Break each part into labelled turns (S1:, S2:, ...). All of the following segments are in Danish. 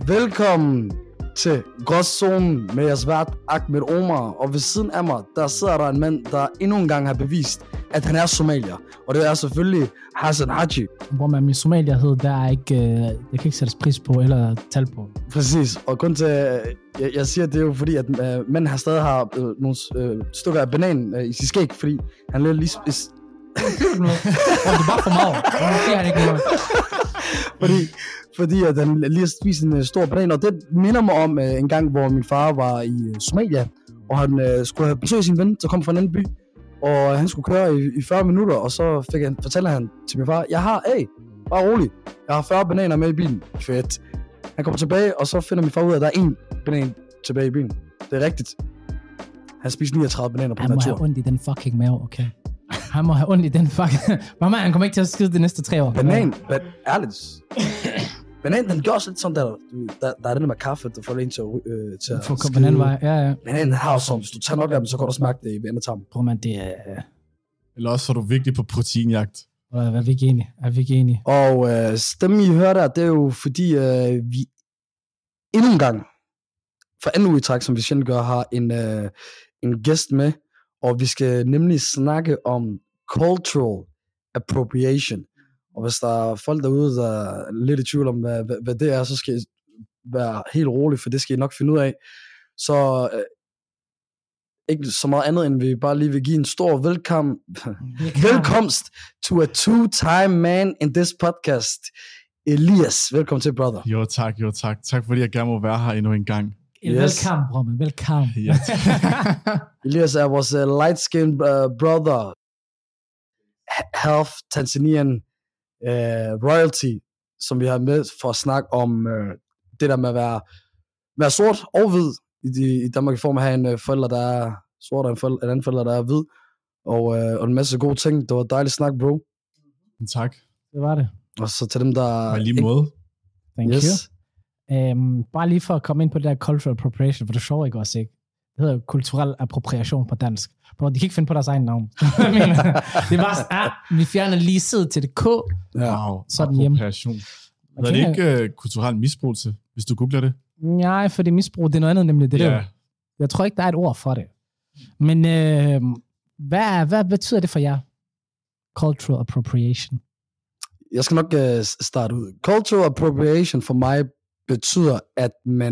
S1: Velkommen til Gråzonen med jeres vært Ahmed Omar. Og ved siden af mig, der sidder der en mand, der endnu en gang har bevist, at han er somalier. Og det er selvfølgelig Hassan Haji.
S2: Hvor man med somalierhed, der er ikke, det kan ikke sættes pris på eller tal på.
S1: Præcis. Og grund til, jeg siger det er jo fordi, at manden har stadig har nogle stykker af banan i sit skæg, fordi han lidt lige...
S2: Det er bare for meget. Det er han ikke noget.
S1: Fordi at han lige har spist en stor banan, og det minder mig om en gang, hvor min far var i Somalia, og han skulle have besøg sin ven, der kom fra en anden by, og han skulle køre i 40 minutter, og så fortæller han til min far, bare rolig, jeg har 40 bananer med i bilen. Fedt. Han kommer tilbage, og så finder min far ud af, at der er en banan tilbage i bilen. Det er rigtigt. Han spiste 39 bananer på den tur.
S2: Han må have ondt i den fucking mave, okay? Han må have ondt i den fucking... Mamma, han kommer ikke til at skide de næste 3 år.
S1: Ærligt. Banan, den gør også lidt sådan, der er den der med kaffe, der får en til at
S2: få komme på den anden vej, ja.
S1: Bananen har jo sådan, hvis du tager nok af dem, så kan du smage det i endetarmen.
S2: Prøv man, det er...
S3: Eller også er du virkelig på proteinjagt.
S2: Er vi ikke enige?
S1: Og stemmen, I hører der, det er jo fordi, vi endnu en gang, for anden uge i træk, som vi sjældent gør, har en gæst med, og vi skal nemlig snakke om cultural appropriation. Og hvis der er folk derude, der er lidt i tvivl om, hvad det er, så skal I være helt rolig, for det skal I nok finde ud af. Så ikke så meget andet, end vi bare lige vil give en stor velkomst to a two-time man in this podcast. Elias, velkommen til, brother.
S3: Jo tak. Tak fordi jeg gerne må være her endnu en gang.
S2: Velkommen, bror, velkommen.
S3: Ja.
S1: Elias er vores light-skinned brother, half Tanzanian royalty, som vi har med for at snakke om det der med at være sort og hvid i Danmark, i form af at have en forælder, der er sort, og en anden forælder, der er hvid, og en masse gode ting. Det var dejligt snak, bro.
S3: Tak.
S2: Det var det.
S1: Og så til dem, der...
S3: Og lige måde.
S2: Thank you. Bare lige for at komme ind på det der cultural appropriation, for det sjove ikke også, ikke? Det hedder kulturel appropriation på dansk. Bro, de kan ikke finde på deres egen navn. Det var bare, vi fjerner lige siddet til det K.
S3: Wow,
S2: sådan hjemme.
S3: Er det ikke kulturel misbrugelse, hvis du googler det?
S2: Nej, for det misbrug, det er noget andet, nemlig det der. Jeg tror ikke, der er et ord for det. Men hvad betyder det for jer? Cultural appropriation.
S1: Jeg skal nok starte ud. Cultural appropriation for mig betyder, at man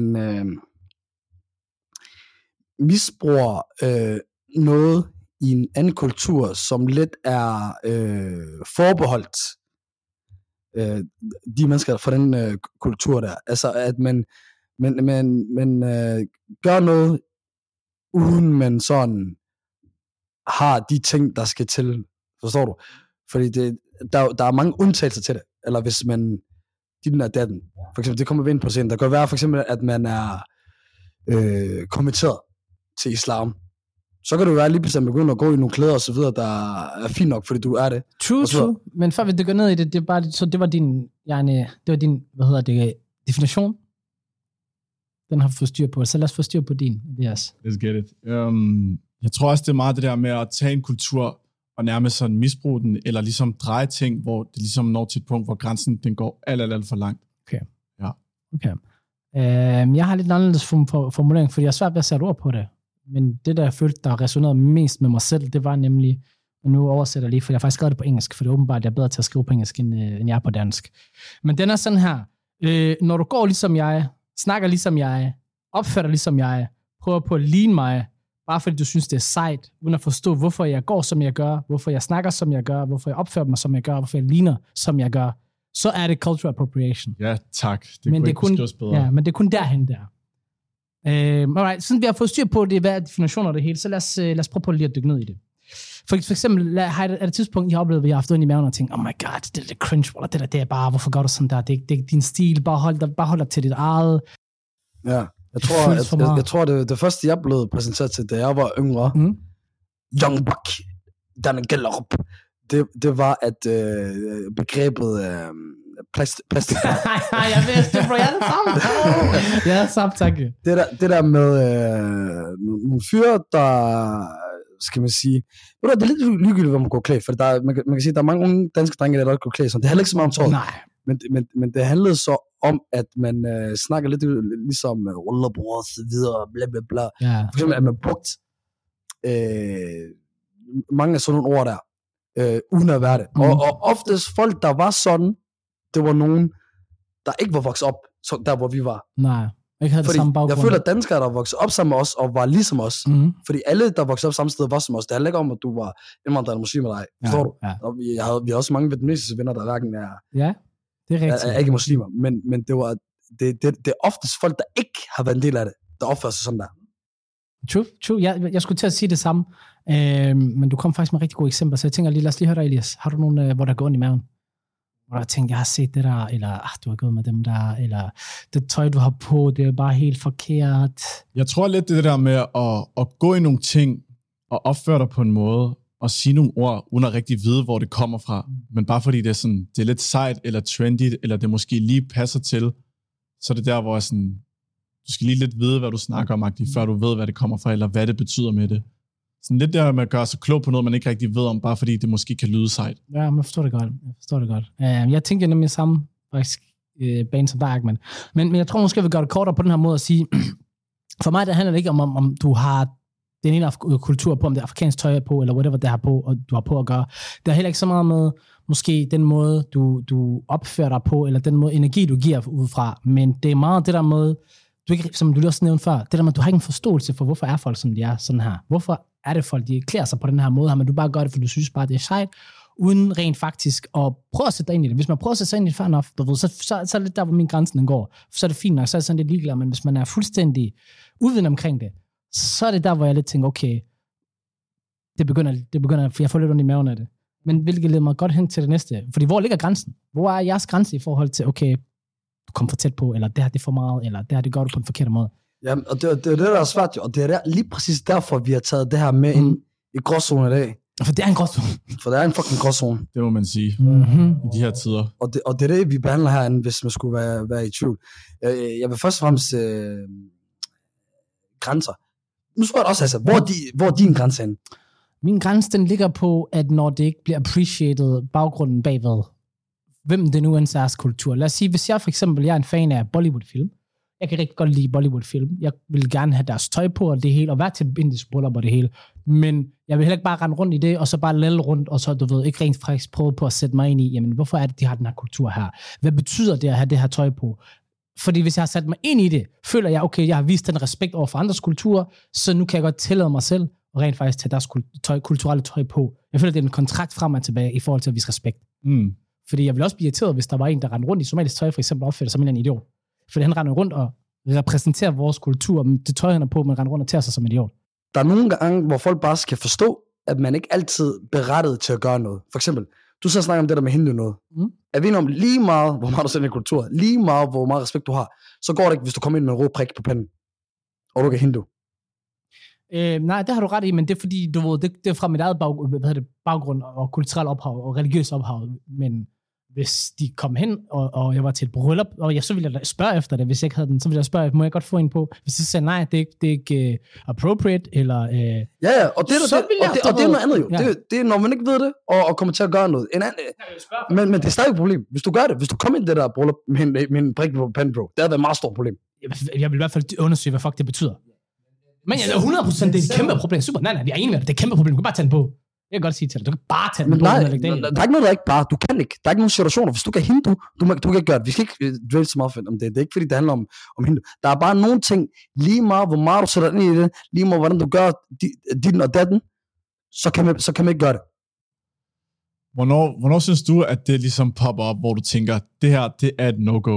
S1: misbruger noget i en anden kultur, som lidt er forbeholdt de mennesker fra den kultur der. Altså, at man gør noget, uden man sådan har de ting, der skal til. Forstår du? Fordi der er mange undtagelser til det. Eller hvis man din er datten. For eksempel, det kommer vi ind på scenen. Der kan være for eksempel, at man er konverteret til islam. Så kan du være lige pludselig begynde at gå i nogle klæder og så videre, der er fint nok, fordi du er det.
S2: True. Men før vi dykker ned i det, det er bare, så det var din, definition. Den har fået styr på. Så lad os få styr på din, Elias.
S3: Let's get it. Jeg tror også, det er meget det der med at tage en kultur og nærmest sådan misbruge den, eller ligesom dreje ting, hvor det ligesom når til et punkt, hvor grænsen den går alt for langt.
S2: Okay.
S3: Ja.
S2: Okay. Jeg har lidt anderledes formulering, fordi jeg er svært ved at sætte ord på det. Men det, der jeg følte, der resonerede mest med mig selv, det var nemlig, og nu oversætter jeg lige, for jeg har faktisk skrevet det på engelsk, for det er åbenbart, at jeg er bedre til at skrive på engelsk, end jeg er på dansk. Men den er sådan her, når du går ligesom jeg, snakker ligesom jeg, opfører ligesom jeg, prøver på at ligne mig, bare fordi du synes, det er sejt, uden at forstå, hvorfor jeg går, som jeg gør, hvorfor jeg snakker, som jeg gør, hvorfor jeg opfører mig, som jeg gør, hvorfor jeg ligner, som jeg gør, så er det cultural appropriation.
S3: Ja, tak. Det kunne ikke skrives bedre.
S2: Ja, men det er kun derhen der. Alright, siden vi har fået styr på det, hvad er definitioner af det hele, så lad os prøve på lige at dykke ned i det. For eksempel, er det et tidspunkt, I har oplevet, at I har haft ondt i maven og tænkt, oh my god, det er cringe, eller det er bare, hvorfor gør du sådan der? Det er ikke din stil, bare hold dig til dit eget.
S1: Ja, jeg tror det første, jeg blev præsenteret til, da jeg var yngre, Young Buck, Dan Gellerup, det var, at begrebet plastik.
S2: Jeg vidste det, bro. Jeg er det samme tanke.
S1: Det der med nogle fyre, der, skal man sige, det er lidt ligegyldigt, hvor man går klædt, for man kan sige, der er mange unge danske drenge, der godt går klædt sådan. Det er heller ikke så meget om tøjet.
S2: Nej.
S1: Men det handlede så om, at man snakker lidt ligesom rollerbror og så videre, bla bla bla.
S2: Ja.
S1: For eksempel, at man brugt mange af sådan nogle ord der, uden at være det. Og oftest folk, der var sådan, det var nogen, der ikke var vokset op, der hvor vi var.
S2: Nej, ikke havde det samme baggrund.
S1: Jeg føler, at danskere, der voksede op sammen med os, og var ligesom os, fordi alle, der voksede op samme sted, var som os. Det handler ikke om, at du var indvandrer eller muslim eller ej. Forstår du?
S2: Ja.
S1: Og vi har også mange vietnamesiske venner, der hverken er,
S2: det er rigtigt.
S1: er ikke muslimer, men det er oftest folk, der ikke har været en del af det, der opfører sig sådan der.
S2: True. Jeg skulle til at sige det samme, men du kom faktisk med rigtig gode eksempler, så jeg tænker lige, lad os lige høre dig, Elias. Har du nogen, hvor der går ondt i maven? Hvor der tænker, jeg har set det der, eller du har gået med dem der, eller det tøj, du har på, det er bare helt forkert. Jeg
S3: tror lidt det der med at gå i nogle ting, og opføre dig på en måde, og sige nogle ord, uden at rigtig vide, hvor det kommer fra. Men bare fordi det er lidt sejt, eller trendy, eller det måske lige passer til, så er det der, hvor du skal lige lidt vide, hvad du snakker om, før du ved, hvad det kommer fra, eller hvad det betyder med det. Sådan lidt der med at gøre sig klog på noget, man ikke rigtig ved om, bare fordi det måske kan lyde sejt.
S2: Ja, men jeg forstår det godt. Jeg tænker nemlig samme faktisk bane som dig, men jeg tror måske, jeg vil gøre det kortere på den her måde at sige, for mig, det handler det ikke om du har den ene kultur på, om det er afrikansk tøj på, eller whatever det har på, og du har på at gøre. Det er heller ikke så meget med, måske den måde, du opfører dig på, eller den måde energi, du giver ud fra, men det er meget det der med, du ikke, som du lige også nævnte før, det der med, at du har ikke en forståelse for, hvorfor er folk, som de er sådan her. Hvorfor er det folk, de klæder sig på den her måde her, men du bare gør det, for du synes bare, det er sejt, uden rent faktisk at prøve at sætte dig ind i det. Hvis man prøver at sætte sig ind i det, fair enough, så er det lidt der, hvor min grænsen den går. Så er det fint nok, så er det sådan lidt ligeglad, men hvis man er fuldstændig uvidende omkring det, så er det der, hvor jeg lidt tænker, okay, det begynder, for jeg får lidt ondt i maven af det. Men hvilket leder mig godt hen til det næste. Fordi hvor ligger grænsen? Hvor er jeres grænse i forhold til, okay, du kommer for tæt på, eller det her det er for meget, eller det her det gør du på en forkert måde?
S1: Ja, og det er det, der er svært, og det er lige præcis derfor, vi har taget det her med ind i gråzonen i dag.
S2: For det er en gråzone.
S1: For det er en fucking gråzone.
S3: Det må man sige. I de her tider.
S1: Og det er det, vi behandler herinde, hvis man skulle være i tvivl. Jeg vil først og fremmest grænser. Nu spørger jeg også, altså, hvor er din grænse henne?
S2: Min grænse, den ligger på, at når det ikke bliver appreciated baggrunden bagved, hvem det nu end er kultur. Lad os sige, hvis jeg for eksempel, jeg er en fan af Bollywood-film. Jeg kan rigtig godt lide Bollywood-film. Jeg vil gerne have deres tøj på og det hele, og være til et indisk bryllup og det hele. Men jeg vil heller ikke bare rende rundt i det, og så bare lade rundt, og så, du ved, ikke rent faktisk prøve på at sætte mig ind i, jamen, hvorfor er det, de har den her kultur her? Hvad betyder det at have det her tøj på? Fordi hvis jeg har sat mig ind i det, føler jeg, okay, jeg har vist den respekt over for andres kulturer, så nu kan jeg godt tillade mig selv og rent faktisk tage deres kulturelle tøj på. Jeg føler, det er en kontrakt frem og tilbage i forhold til at vise respekt. Fordi jeg vil også blive irriteret, hvis der var en, der rendte rundt i somalisk tøj, for eksempel opførte som en idiot. Fordi han render rundt og repræsenterer vores kultur, det tøj, han er på, men render rundt og tager sig som en idiot.
S1: Der er nogle gange, hvor folk bare skal forstå, at man ikke altid er berettiget til at gøre noget. For eksempel, du så snakker om det der med hindu noget. Er vi om lige meget, hvor meget du sender i kultur, lige meget, hvor meget respekt du har, så går det ikke, hvis du kommer ind med en rød prik på panden, og du ikke er hindu.
S2: Nej, det har du ret i, men det er fordi, du ved, det er fra mit eget baggrund og kulturelt ophav og religiøs ophav, men hvis de kom hen, og jeg var til et bryllup, og så ville jeg spørge efter det, hvis jeg ikke havde den, så ville jeg spørge, må jeg godt få en på? Hvis de sagde, nej, det er ikke appropriate, eller...
S1: Ja, og det er noget andet jo. Ja. Det er, når man ikke ved det, og kommer til at gøre noget. Men det er stadig et problem. Hvis du gør det, hvis du kommer ind i det der bryllup med en prik på panden, bro, det har været et meget stort problem.
S2: Jeg vil i hvert fald undersøge, hvad fuck det betyder. Men jeg er 100% det er et kæmpe problem. Super, nej, vi er enige med det. Det er et kæmpe problem. Du kan bare tage den på. Jeg kan godt sige til dig, du kan bare tage den på.
S1: Nej, der er ikke noget, der ikke bare. Du kan ikke. Der er ikke nogen situationer. Hvis du kan hindu, du kan ikke gøre det. Vi skal ikke drille så meget om det. Det er ikke, fordi det handler om hindu. Der er bare nogle ting, lige meget hvor meget du sætter ind i det, lige meget hvordan du gør dit og datten, så kan man ikke gøre det.
S3: Hvornår synes du, at det ligesom popper op, hvor du tænker, det her, det er et no-go?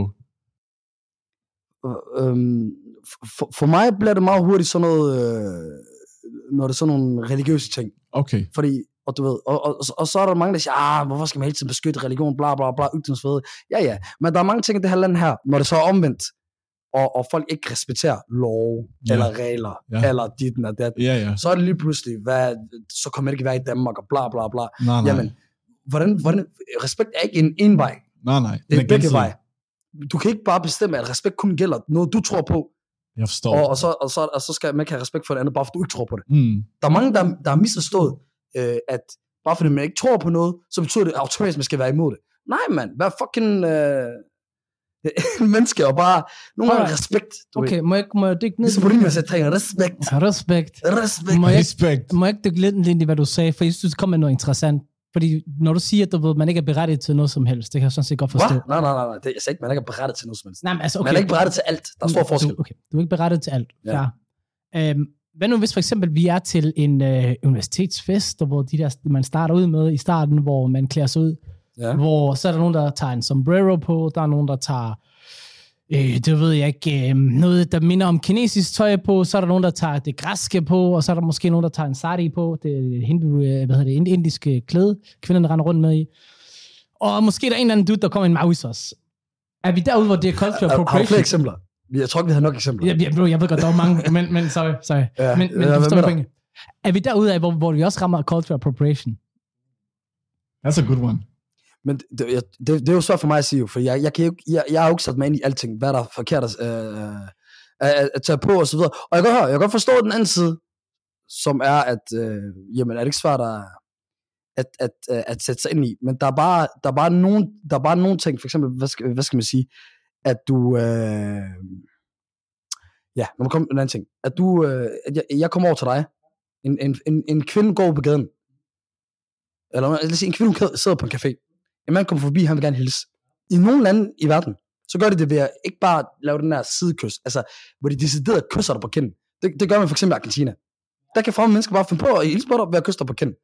S1: For mig bliver det meget hurtigt sådan noget, når det er sådan nogle religiøse ting.
S3: Okay.
S1: Fordi, og du ved, og så er der mange, der siger, hvorfor skal man hele tiden beskytte religion, bla bla bla, ytringsfrihed. Ja, men der er mange ting i det her land her, når det så er omvendt, og folk ikke respekterer lov, eller regler, eller dit og dat, så er det lige pludselig, så kommer det ikke være i Danmark, og bla bla bla.
S3: Nej.
S1: Jamen, hvordan, respekt er ikke en vej.
S3: Nej.
S1: Det er begge veje. Du kan ikke bare bestemme, at respekt kun gælder noget, du tror på.
S3: Jeg forstår.
S1: Og så skal man ikke have respekt for det andet, bare fordi du ikke tror på det. Der er mange, der har misforstået, at bare fordi man ikke tror på noget, så betyder det automatisk, at man skal være imod det. Nej, mand. Vær fucking menneske, og bare nogle gange respekt.
S2: Okay, må jeg dykke ned?
S1: Ligesom på linjen, jeg trænger respekt.
S2: Må jeg ikke dykke lidt ind i, hvad du sagde? For jeg synes, det kom med noget interessant. Fordi når du siger, at man ikke er berettiget til noget som helst, det kan jeg sådan set godt forstå.
S1: Hvad? Nej. Jeg sagde ikke, man ikke er berettiget til noget som helst.
S2: Nej, men altså, okay.
S1: Man er ikke berettiget til alt. Der er stor forskel.
S2: Okay, du er ikke berettiget til alt. Ja. Hvad nu hvis for eksempel vi er til en universitetsfest, hvor man starter ud med i starten, hvor man klæder sig ud, hvor så er der nogen, der tager en sombrero på, der er nogen, der tager, det ved jeg ikke, noget, der minder om kinesisk tøj på, så er der nogen, der tager det græske på, og så er der måske nogen, der tager en sari på, det indiske klæde, kvinderne render rundt med i. Og måske der er en eller anden dude, der kommer en mouse også. Er vi derude, hvor det er cultural appropriation?
S1: Har du flere eksempler? Jeg tror ikke, vi har nok eksempler.
S2: Jeg ved godt, der er mange, men sorry. Ja, men forstår du pointet? Er vi derude af, hvor vi også rammer cultural appropriation? That's
S3: a good one.
S1: Men det er jo svært for mig at sige, for jeg har jo ikke sat mig ind i alting, hvad der er forkert at tage på og så videre. Og jeg kan godt forstå den anden side, som er, at jamen, er det ikke svært at sætte sig ind i. Men der er bare nogle ting, for eksempel, hvad skal man sige, at du... når man kommer en anden ting. At du... jeg kommer over til dig. En kvinde går på gaden. Eller lad os sige, en kvinde sidder på en café. En mand kommer forbi, han vil gerne hilse. I nogle lande i verden, så gør de det ved at ikke bare lave den der sidekys, altså hvor de decideret kysser dig på kinden. Det gør man for eksempel i Argentina. Der kan fremme mennesker bare finde på at hilse på dig ved at kysse dig på kinden.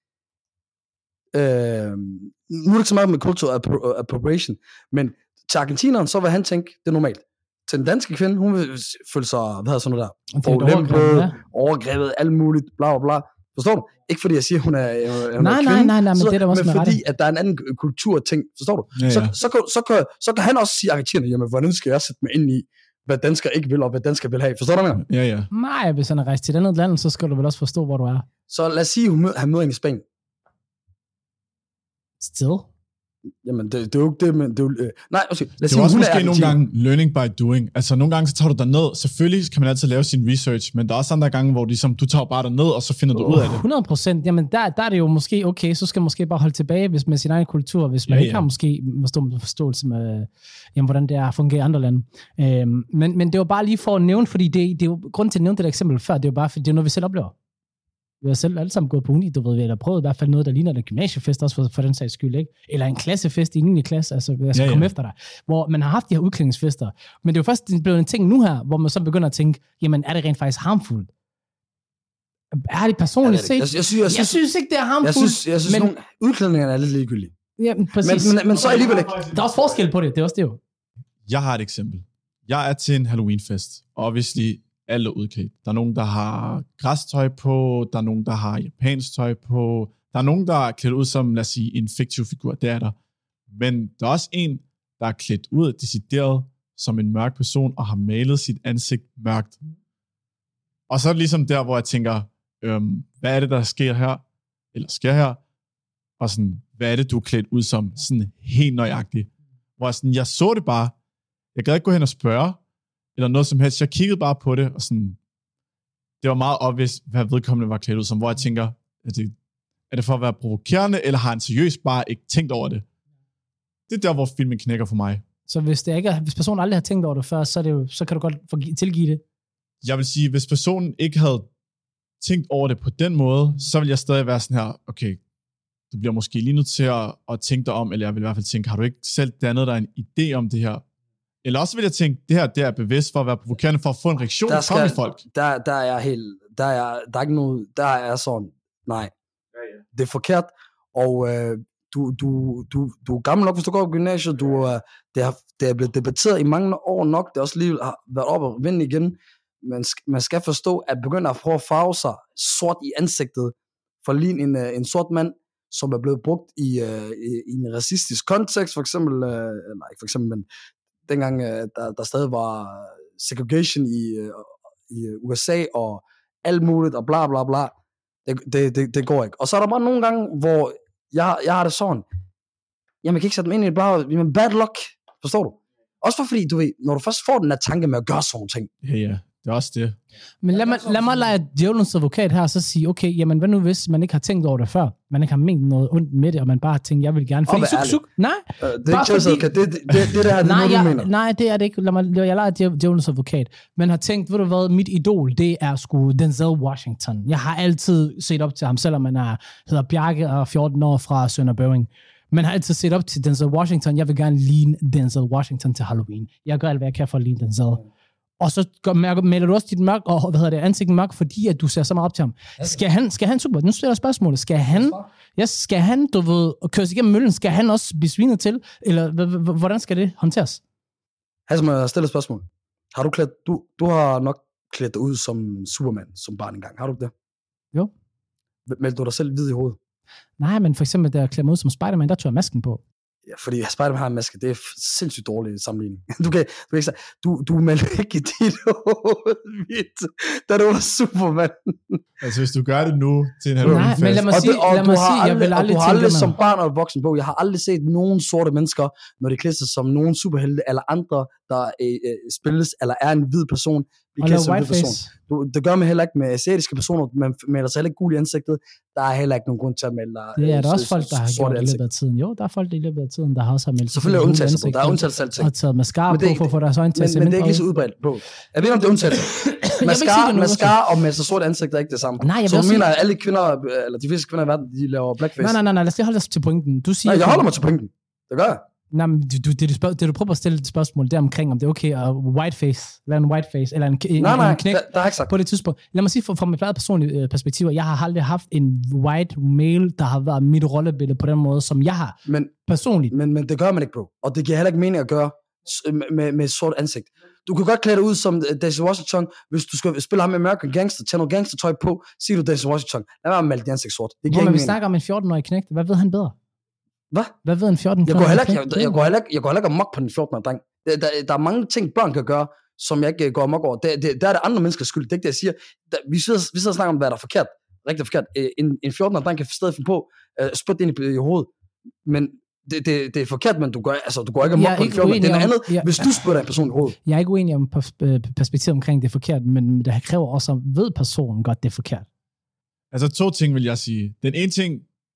S1: Nu er det ikke så meget med cultural appropriation, men til argentineren, så vil han tænke, det er normalt. Til den danske kvinde, hun vil føle sig, hvad hedder sådan noget der, overgrebet, alt muligt, bla bla bla. Forstår du? Ikke fordi jeg siger, hun er kvinde,
S2: nej, men det er der også
S1: men fordi, at der er en anden kulturting, forstår du? Ja. Så kan han også sige argentinerne, jamen, hvordan skal jeg sætte mig ind i, hvad danskere ikke vil, og hvad danskere vil have. Forstår du, hvad jeg
S3: mener? Ja.
S2: Nej, hvis han er rejst til et andet land, så skal du vel også forstå, hvor du er.
S1: Så lad os sige, han møder en i Spanien.
S2: Still?
S1: Jamen, det er jo ikke det, men det er jo... Nej, okay.
S3: Det er også måske nogle gange learning by doing. Altså, nogle gange så tager du dig ned. Selvfølgelig kan man altid lave sin research, men der er også andre gange, hvor ligesom, du tager bare dig ned, og så finder du ud af det.
S2: 100%. Jamen, der er det jo måske okay, så skal man måske bare holde tilbage med sin egen kultur, hvis man ikke har måske forståelse med, jamen, hvordan det er at fungere i andre lande. Men det var bare lige for at nævne, fordi det er jo grunden til at nævne det eksempel før, det er jo bare, fordi det er noget, vi selv oplever. Vi har selv alle sammen gået på uni, du ved, eller prøvet i hvert fald noget, der ligner en gymnasiefest, også for den sags skyld, ikke? Eller en klassefest i 9. klasse, altså jeg skal komme efter dig, hvor man har haft de her udklædningsfester. Men det er jo først blevet en ting nu her, hvor man så begynder at tænke, jamen er det rent faktisk harmful? Er det personligt set? Jeg synes ikke, det er harmful.
S1: Jeg synes nogle udklædninger er lidt ligegyldige.
S2: Ja, præcis.
S1: Men så alligevel ikke.
S2: Der er også forskel på det, det er også det jo.
S3: Jeg har et eksempel. Jeg er til en Halloween-fest, og obviously alle er udklædt. Der er nogen, der har græstøj på, der er nogen, der har japansk tøj på, der er nogen, der er klædt ud som, lad os sige, en fiktiv figur, det er der. Men der er også en, der er klædt ud decideret som en mørk person, og har malet sit ansigt mørkt. Og så er det ligesom der, hvor jeg tænker, hvad er det, der sker her? Og sådan, hvad er det, du er klædt ud som? Sådan helt nøjagtigt. Hvor jeg så det bare. Jeg gad ikke gå hen og spørge, eller noget som helst. Jeg kiggede bare på det, og sådan, det var meget obvious, hvad vedkommende var klædt ud som, hvor jeg tænker, er det for at være provokerende, eller har han seriøst bare ikke tænkt over det? Det er der, hvor filmen knækker for mig.
S2: Så hvis personen aldrig har tænkt over det før, så kan du godt tilgive det?
S3: Jeg vil sige, hvis personen ikke havde tænkt over det på den måde, så vil jeg stadig være sådan her, okay, du bliver måske lige nødt til at tænke dig om, eller jeg vil i hvert fald tænke, har du ikke selv dannet dig en idé om det her? Eller også vil jeg tænke, det her det er bevidst for at være provokerende, for at få en reaktion fra folk.
S1: Der er ikke noget, der er sådan, nej. Det er forkert, og du er gammel nok, hvis du går på gymnasiet, det er blevet debatteret i mange år nok, det er også lige har været op og vinde igen, man skal forstå, at begynde at prøve at farve sig sort i ansigtet, for lige en sort mand, som er blevet brugt i en racistisk kontekst, for eksempel, ikke for eksempel, men dengang der stadig var segregation i USA, og alt muligt, og bla bla bla, det går ikke. Og så er der bare nogle gange, hvor jeg har det sådan, jamen jeg kan ikke sætte mig ind i et bad luck, forstår du? Også fordi, du ved, når du først får den her tanke med at gøre sådan nogle ting,
S3: Det er også det.
S2: Men lad mig lege djævelens advokat her, og så sige, okay, jamen hvad nu hvis man ikke har tænkt over det før? Man ikke har ment noget ondt med det, og man bare har tænkt, jeg vil gerne...
S1: Nej, det er ikke det der, det du mener.
S2: Nej, det er det ikke. Jeg leger djævelens advokat. Man har tænkt, ved du hvad, mit idol, det er sgu Denzel Washington. Jeg har altid set op til ham, selvom man hedder Bjarke og 14 år fra Sønder Bøving. Man har altid set op til Denzel Washington. Jeg vil gerne ligne Denzel Washington til Halloween. Jeg gør alt, hvad jeg kan for at ligne Denzel. Og så melder du også dit mørk, og ansigt mørk, fordi at du ser så meget op til ham. Skal han super? Nu stiller jeg spørgsmålet. Skal han, du ved, køres igennem møllen? Skal han også blive svinet til? Eller hvordan skal det håndteres?
S1: Altså, jeg stiller et spørgsmål. Har du har nok klædt dig ud som Superman, som barn engang. Har du det?
S2: Jo.
S1: Meldte du dig selv hvid i hovedet?
S2: Nej, men for eksempel, da jeg klædte mig ud som Spider-Man, der tog jeg masken på.
S1: Ja, fordi Spider-Man har en maske. Det er sindssygt dårlig sammenligning. Du meldte ikke dit hoved hvidt, da du var Superman.
S3: Altså, hvis du gør det nu til en Halloween-fest.
S2: Nej, men lad mig sige, jeg vil aldrig
S1: tænke... Du har aldrig som barn og voksen på, jeg har aldrig set nogen sorte mennesker, når de klæder sig som nogen superhelte, eller andre, der spilles, eller er en hvid person, de klæder sig som en hvid person. Det gør man heller ikke med asiatiske personer, man melder sig heller ikke gul i ansigtet. Der er heller ikke nogen grund til at melde dig.
S2: Det er der også folk, der har gjort i løbet af tiden. Jo, der er folk i løbet af tiden, der har også meldt sig.
S1: Selvfølgelig er undtagelser, der er undtagelser altid.
S2: Og taget mascara på for at få deres øjne til at se
S1: mindre. Men det er ikke lige så udbredt på. Jeg ved om det er undtagelser. Mascara og med så sort ansigt er ikke det samme. Nej, så du mener, at alle kvinder, eller de fleste kvinder i verden, de laver blackface?
S2: Nej, lad os lige holde os til pointen. Du siger,
S1: nej, jeg holder mig til pointen. Det gør jeg.
S2: Nej, men det du prøver at stille et spørgsmål der omkring, om det er okay at whiteface, eller en whiteface, eller en knæk
S1: der er ikke sagt.
S2: på det tidspunkt. Lad mig sige, fra mit eget personlige perspektiv, jeg har aldrig haft en white male, der har været mit rollebillede på den måde, som jeg har personligt.
S1: Men det gør man ikke, bro. Og det giver heller ikke mening at gøre med sort ansigt. Du kan godt klæde dig ud som Denzel Washington, hvis du skal spille ham med American Gangster, tage noget gangstertøj på, siger du Denzel Washington. Lad være med at male dit ansigt sort. Det giver
S2: men vi snakker om en 14-årig knægt. Hvad ved han bedre? Hvad ved en 14-årig?
S1: Jeg går heller ikke amok på den 14-årige dreng. Der er mange ting, børn kan gøre, som jeg ikke går amok over. Der er det andre menneskers skyld. Det er ikke det, jeg siger. Vi sidder og snakker om, hvad der er forkert. Rigtig forkert. En 14-årig dreng kan stadig finde på spytte ind i hovedet. Men det er forkert, men du går ikke amok på den 14-årige. Det er noget andet, hvis du spytter en person i hovedet.
S2: Jeg er ikke uenig om perspektivet omkring det er forkert, men det kræver også, at ved personen godt, det er forkert.
S3: Altså 2 ting vil jeg sige. Den ene ting,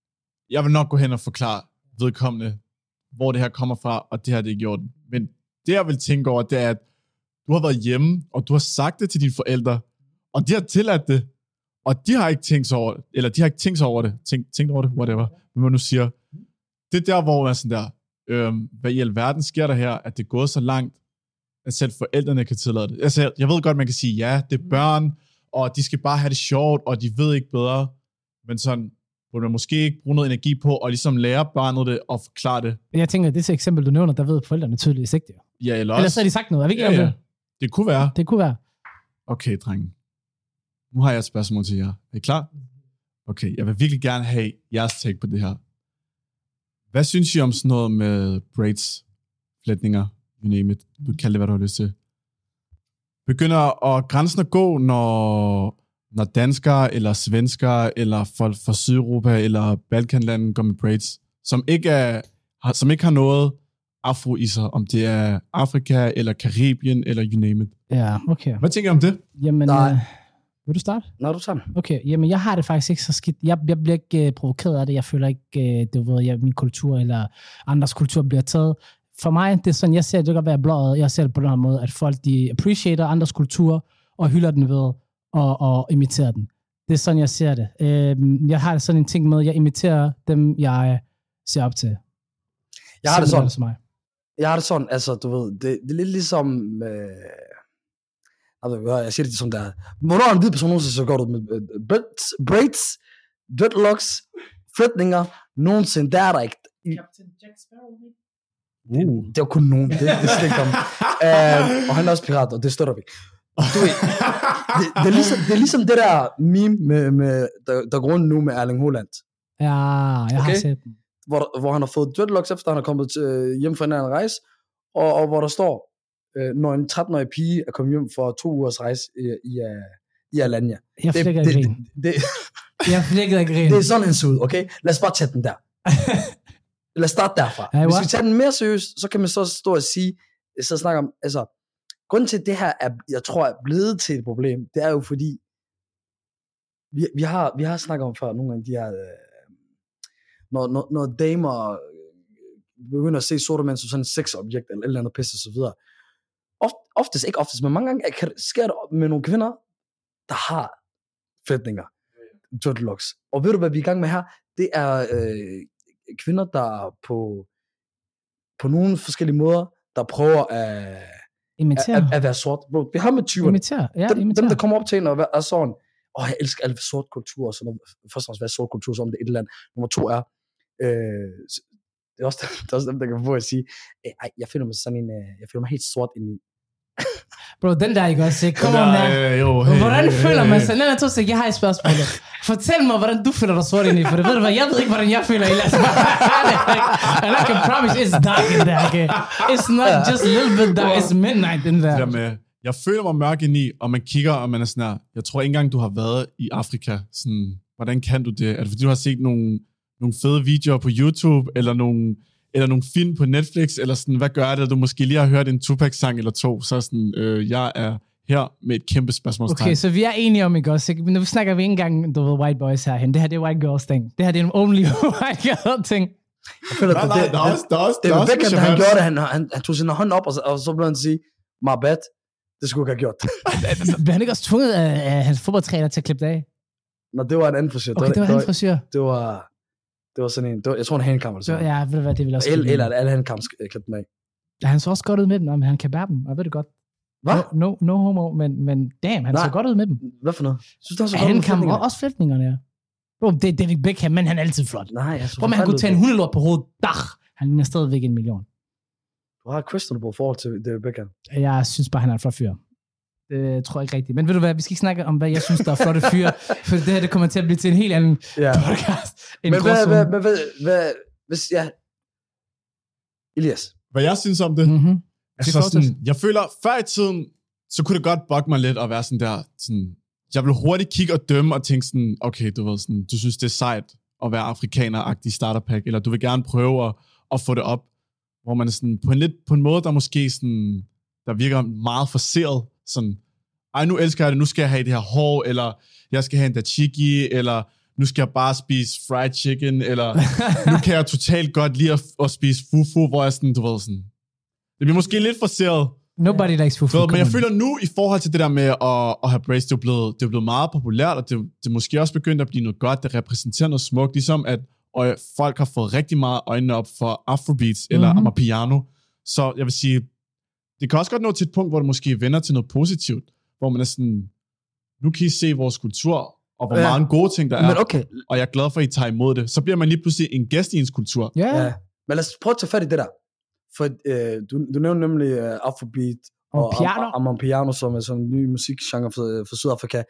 S3: jeg vil nok gå hen og forklare vedkommende, hvor det her kommer fra, og det her det er gjort. Men det jeg vil tænke over, det er, at du har været hjemme, og du har sagt det til dine forældre, og de har tilladt det, og de har ikke tænkt over det, eller de har ikke tænkt over det, tænkt over det, whatever, hvad man nu siger. Det er der, hvor man er sådan der, hvad i alverden sker der her, at det er gået så langt, at selv forældrene kan tillade det. Altså, jeg ved godt, man kan sige, ja, det er børn, og de skal bare have det sjovt, og de ved ikke bedre, men sådan, hvor man måske ikke bruger noget energi på, og ligesom lære barnet det, og forklare det.
S2: Jeg tænker, det er eksempel, du nævner, der ved forældrene tydeligvis ikke det.
S3: Ja,
S2: eller så har de sagt noget. Er vi ikke det?
S3: Det kunne være.
S2: Det kunne være.
S3: Okay, drenge. Nu har jeg et spørgsmål til jer. Er I klar? Okay, jeg vil virkelig gerne have jeres take på det her. Hvad synes I om sådan noget med braids, flætninger, you name it? Du kan kalde det, hvad du har lyst til. Begynder at grænsen at gå, når danskere, eller svenskere, eller folk fra Sydeuropa, eller Balkanlanden går med braids, som ikke har noget afro i sig, om det er Afrika, eller Karibien, eller you name it.
S2: Ja, okay.
S3: Hvad tænker I om det?
S2: Jamen, vil du starte?
S1: Nå, du tager.
S2: Okay, jamen jeg har det faktisk ikke så skidt. Jeg bliver ikke provokeret af det. Jeg føler ikke, min kultur eller andres kultur bliver taget. For mig, det er sådan, jeg ser det kan godt være blåret. Jeg ser det på den her måde, at folk de appreciater andres kultur, og hylder den ved, og imiterer den. Det er sådan, jeg ser det. Jeg har sådan en ting med, jeg imiterer dem, jeg ser op til.
S1: Jeg har det sådan. Jeg har det sådan, altså, du ved, det er lidt ligesom... jeg siger det som der. Hvornår er en hvid person nogensinde så går du med braids, dreadlocks, flætninger, nogensinde, der er der ikke.
S2: Captain Jack Sparrow.
S1: Det var kun nogen, det er slet ikke om. Og han er også pirat, og det støtter vi. Du ved, det er ligesom det der meme, der går rundt nu med Erling Haaland.
S2: Ja, jeg har set den.
S1: Hvor han har fået dreadlocks efter, han er kommet hjem fra en anden rejse, og hvor der står, når en 13-årig pige er kommet hjem for 2 ugers rejse i Alanya.
S2: Jeg flækker ikke grin. Jeg flækker ikke grin.
S1: Det er sådan en sud, okay? Lad os bare tage den der. Lad os starte derfra. Hvis vi tager den mere seriøst, så kan man så stå og sige, så snakke om, altså, grunden til, at det her jeg tror, er blevet til et problem, det er jo fordi, vi har snakket om før, nogle af de her, når damer begynder at se sorte mænd som sådan et sexobjekt, eller et eller andet pisse og så videre. Oftest, men mange gange sker det med nogle kvinder, der har flætninger, dreadlocks. Og ved du, hvad vi er i gang med her? Det er kvinder, der på nogle forskellige måder, der prøver at være sort. Bro, vi har med 20'erne. Dem, der kommer op til en og er sådan, jeg elsker alt sort kultur, og sådan noget. Først og fremmest, hvad sort kultur, så om det er et eller andet. Nummer 2 er, det er også dem, der kan få at sige, jeg føler mig sådan en, jeg føler mig helt sort indeni.
S2: Bro, den der ikke også, kom on der. Hvordan føler man sig? Jeg har et spørgsmål. Fortæl mig, hvordan du føler dig sort indeni, for det ved du hvad, jeg ved ikke, hvordan jeg føler i lad os bare. And I can promise, it's dark in there, okay? It's not just a little bit dark, it's midnight in there.
S3: Jeg føler mig mørk indeni, og man kigger, og man er sådan her, jeg tror ikke engang, du har været i Afrika. Sådan, hvordan kan du det? Er det fordi, du har set nogle fede videoer på YouTube, eller nogle film på Netflix, eller sådan, hvad gør det, at du måske lige har hørt en Tupac-sang eller 2, så sådan, jeg er her med et kæmpe spørgsmålstegn.
S2: Okay, så vi er enige om, ikke også? Men nu snakker vi ikke engang, du ved, white boys herhen. Det her, det er white girls ting. Det her, det er en only white girl ting.
S1: Jeg føler, det er Beckham, da han gjorde det, han tog sin hånd op, og så blev han sige, my bad, det skulle jeg ikke have gjort.
S2: Blev han ikke også tvunget af hans fodboldtræner til at klippe det af?
S1: Nå, det var en anden frisør.
S2: Okay, det var en anden frisør.
S1: Det var sådan en, jeg tror en handkamp eller sådan.
S2: Ja, ved du hvad, det vil også
S1: eller alle handkamp klippe den af.
S2: Ja, han så også godt ud med dem, men han kan bære dem, jeg ved det godt.
S1: Hvad?
S2: No homo, men damn, han så godt ud med dem.
S1: Hvad for noget? Synes du, han så
S2: godt ud med flætningerne? Også flætningerne, ja. Bro, det er David Beckham, men han er altid flot.
S1: Nej, jeg så.
S2: Bro, han kunne tage en hundelort på hovedet. Han ligner stadigvæk 1 million.
S1: Du har et questionable forhold til David Beckham.
S2: Jeg synes bare, han er en flot fyr. Det tror jeg ikke rigtigt. Men ved du hvad, vi skal ikke snakke om, hvad jeg synes, der er flotte fyre, for det her, det kommer til at blive til en helt anden podcast.
S1: Men hvad, hvis jeg... Elias.
S3: Hvad jeg synes om det?
S2: Mm-hmm.
S3: Altså sådan, jeg føler, før i tiden, så kunne det godt bugge mig lidt at være sådan der, sådan, jeg vil hurtigt kigge og dømme og tænke sådan, okay, du ved sådan, du synes, det er sejt at være afrikaner-agtig starterpack, eller du vil gerne prøve at få det op, hvor man er sådan, på en måde, der måske sådan, der virker meget forceret, sådan, nu elsker jeg det, nu skal jeg have det her hår, eller jeg skal have en dachiki, eller nu skal jeg bare spise fried chicken, eller nu kan jeg totalt godt lide at spise fufu, hvor jeg sådan, du ved sådan, det bliver måske lidt forceret.
S2: Nobody likes fufu.
S3: Men jeg føler nu, i forhold til det der med at have braids, det er blevet meget populært, og det er måske også begyndt at blive noget godt, der repræsenterer noget smukt, ligesom at folk har fået rigtig meget øjnene op for afrobeats, eller amapiano. Så jeg vil sige, det kan også godt nå til et punkt, hvor det måske vender til noget positivt, hvor man er sådan, nu kan I se vores kultur, og hvor mange gode ting der er, og jeg er glad for, at I tager imod det. Så bliver man lige pludselig en gæst i ens kultur.
S1: Ja. Men lad os prøve at tage fat i det der. For du nævnte nemlig Afrobeat og Amapiano, som er sådan en ny musikgenre for Sydafrika.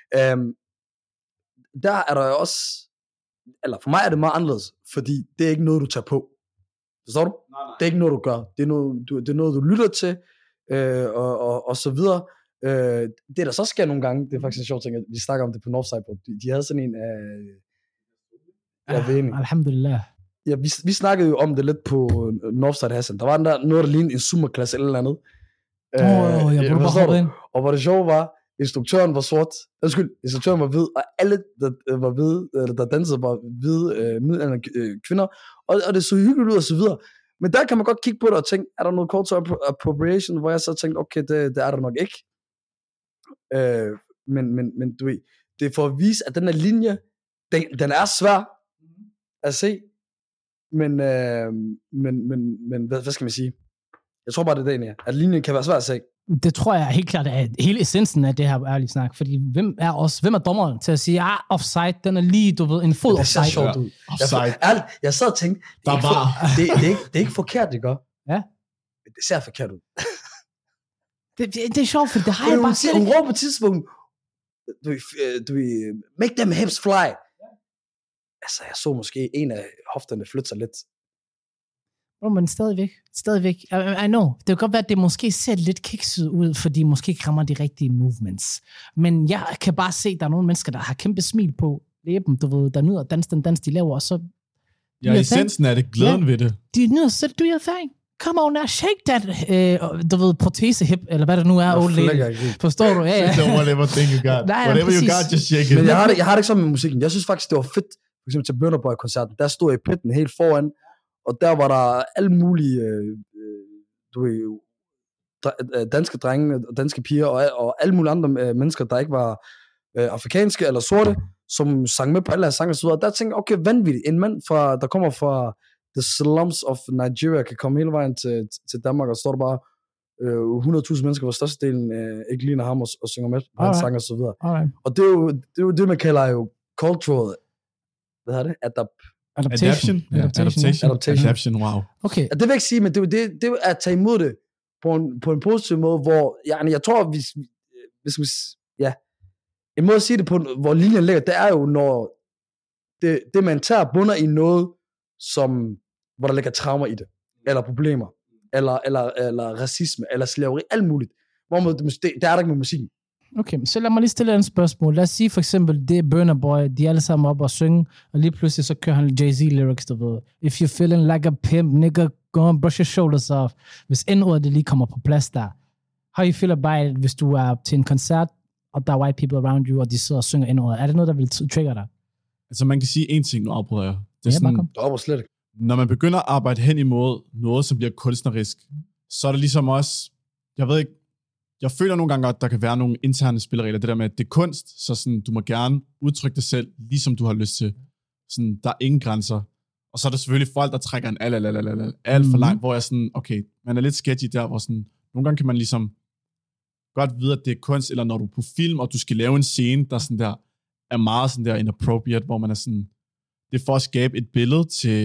S1: Der er der også, eller for mig er det meget anderledes, fordi det er ikke noget, du tager på. Forstår du? Nej. Det er ikke noget, du gør. Det er noget, du lytter til, og så videre. Det der så sker nogle gange, det er faktisk en sjov ting, at vi snakker om det på Northside, de havde sådan en
S2: alhamdulillah.
S1: Ja, vi snakkede jo om det lidt på Northside Hassan. Der var noget, der lignede en sumerklasse eller andet.
S2: Jeg burde bare hoppe ind.
S1: Og hvor det sjove var, instruktøren var sort. Instruktøren var hvid, og alle, der var hvide, eller der dansede, var hvide middelaldrende kvinder. Og det så hyggeligt ud og så videre. Men der kan man godt kigge på det og tænke, er der noget cultural appropriation, hvor jeg så tænkte, okay, det er der nok ikke. Men du ved, det er for at vise, at den her linje, den er svær at se. Men hvad skal man sige? Jeg tror bare, det er det, at linjen kan være svær at se.
S2: Det tror jeg helt klart er hele essensen af det her ærlige snak, fordi hvem er dommeren til at sige, offside, den er lige, du ved, en fod offside.
S1: Det ser sjovt ud. Jeg sad og tænkte, det er ikke forkert, det gør.
S2: Ja.
S1: Men det ser forkert ud.
S2: det er sjovt, for det har jeg bare set.
S1: Hun råber på tidspunkt, du make them hips fly. Altså, jeg så måske en af hofterne flytte sig lidt.
S2: Men stadigvæk. I know. Det kan godt være, at det måske ser lidt kikset ud, fordi måske rammer de rigtige movements. Men jeg kan bare se, at der er nogle mennesker, der har kæmpe smil på læben, du ved, der nyder den dans, de laver, og så...
S3: Ja, essensen er det, glæden ved det.
S2: De nyder selv, du er erfaring. come on now, shake that, du ved, protesehip, eller hvad det nu er, old lady. Forstår du? Ja.
S3: Whatever thing you got.
S2: Nej,
S3: Whatever you got, just shake it.
S1: Men jeg har det ikke sådan med musikken. Jeg synes faktisk, det var fedt. For eksempel til Burna Boy-koncerten, der stod jeg i pitten helt foran, og der var der alle mulige danske drenge, danske piger, og alle mulige andre mennesker, der ikke var afrikanske eller sorte, som sang med på alle her sange og så videre. Der tænkte jeg, okay, vanvittigt. En mand, der kommer fra the slums of Nigeria, kan komme hele vejen til Danmark, og står der bare 100.000 mennesker, hvor størstedelen ikke ligner ham og synger med på hans sang og så videre. Og det er jo det, man kalder jo cultural, hvad er det?
S3: Adaptation, wow.
S2: Okay.
S1: Det vil jeg ikke sige, men det er at tage imod det på en positiv måde, hvor jeg tror, hvis en måde at sige det på, hvor linjen ligger, det er jo, når det man tager bunder i noget, hvor der ligger traumer i det, eller problemer, eller racisme, eller slaveri, alt muligt. Hvorimod det er der ikke med musikken.
S2: Okay, så lad mig lige stille et spørgsmål. Lad os sige for eksempel, det er Burna Boy, de er alle sammen op og synge, og lige pludselig så kører han Jay-Z lyrics, der ved, if you're feeling like a pimp, nigga, go and brush your shoulders off. Hvis N-ordet det lige kommer på plads der. How you feel about it, hvis du er til en koncert, og der er white people around you, og de sidder og synger N-ordet? Er det noget, der vil trigger dig?
S3: Altså man kan sige en ting, nu afbryder jeg.
S1: Det er sådan, slet ikke.
S3: Når man begynder at arbejde hen imod noget, som bliver kunstnerisk, så er det ligesom også, jeg ved ikke, jeg føler nogle gange, at der kan være nogle interne spilleregler. Det der med, at det er kunst, så sådan, du må gerne udtrykke dig selv, ligesom du har lyst til. Sådan, der er ingen grænser. Og så er der selvfølgelig folk, der trækker en alt for langt, hvor jeg sådan, okay, man er lidt sketchy der, hvor sådan, nogle gange kan man ligesom godt vide, at det er kunst, eller når du er på film, og du skal lave en scene, der sådan der, er meget sådan der inappropriate, hvor man er sådan, det er for at skabe et billede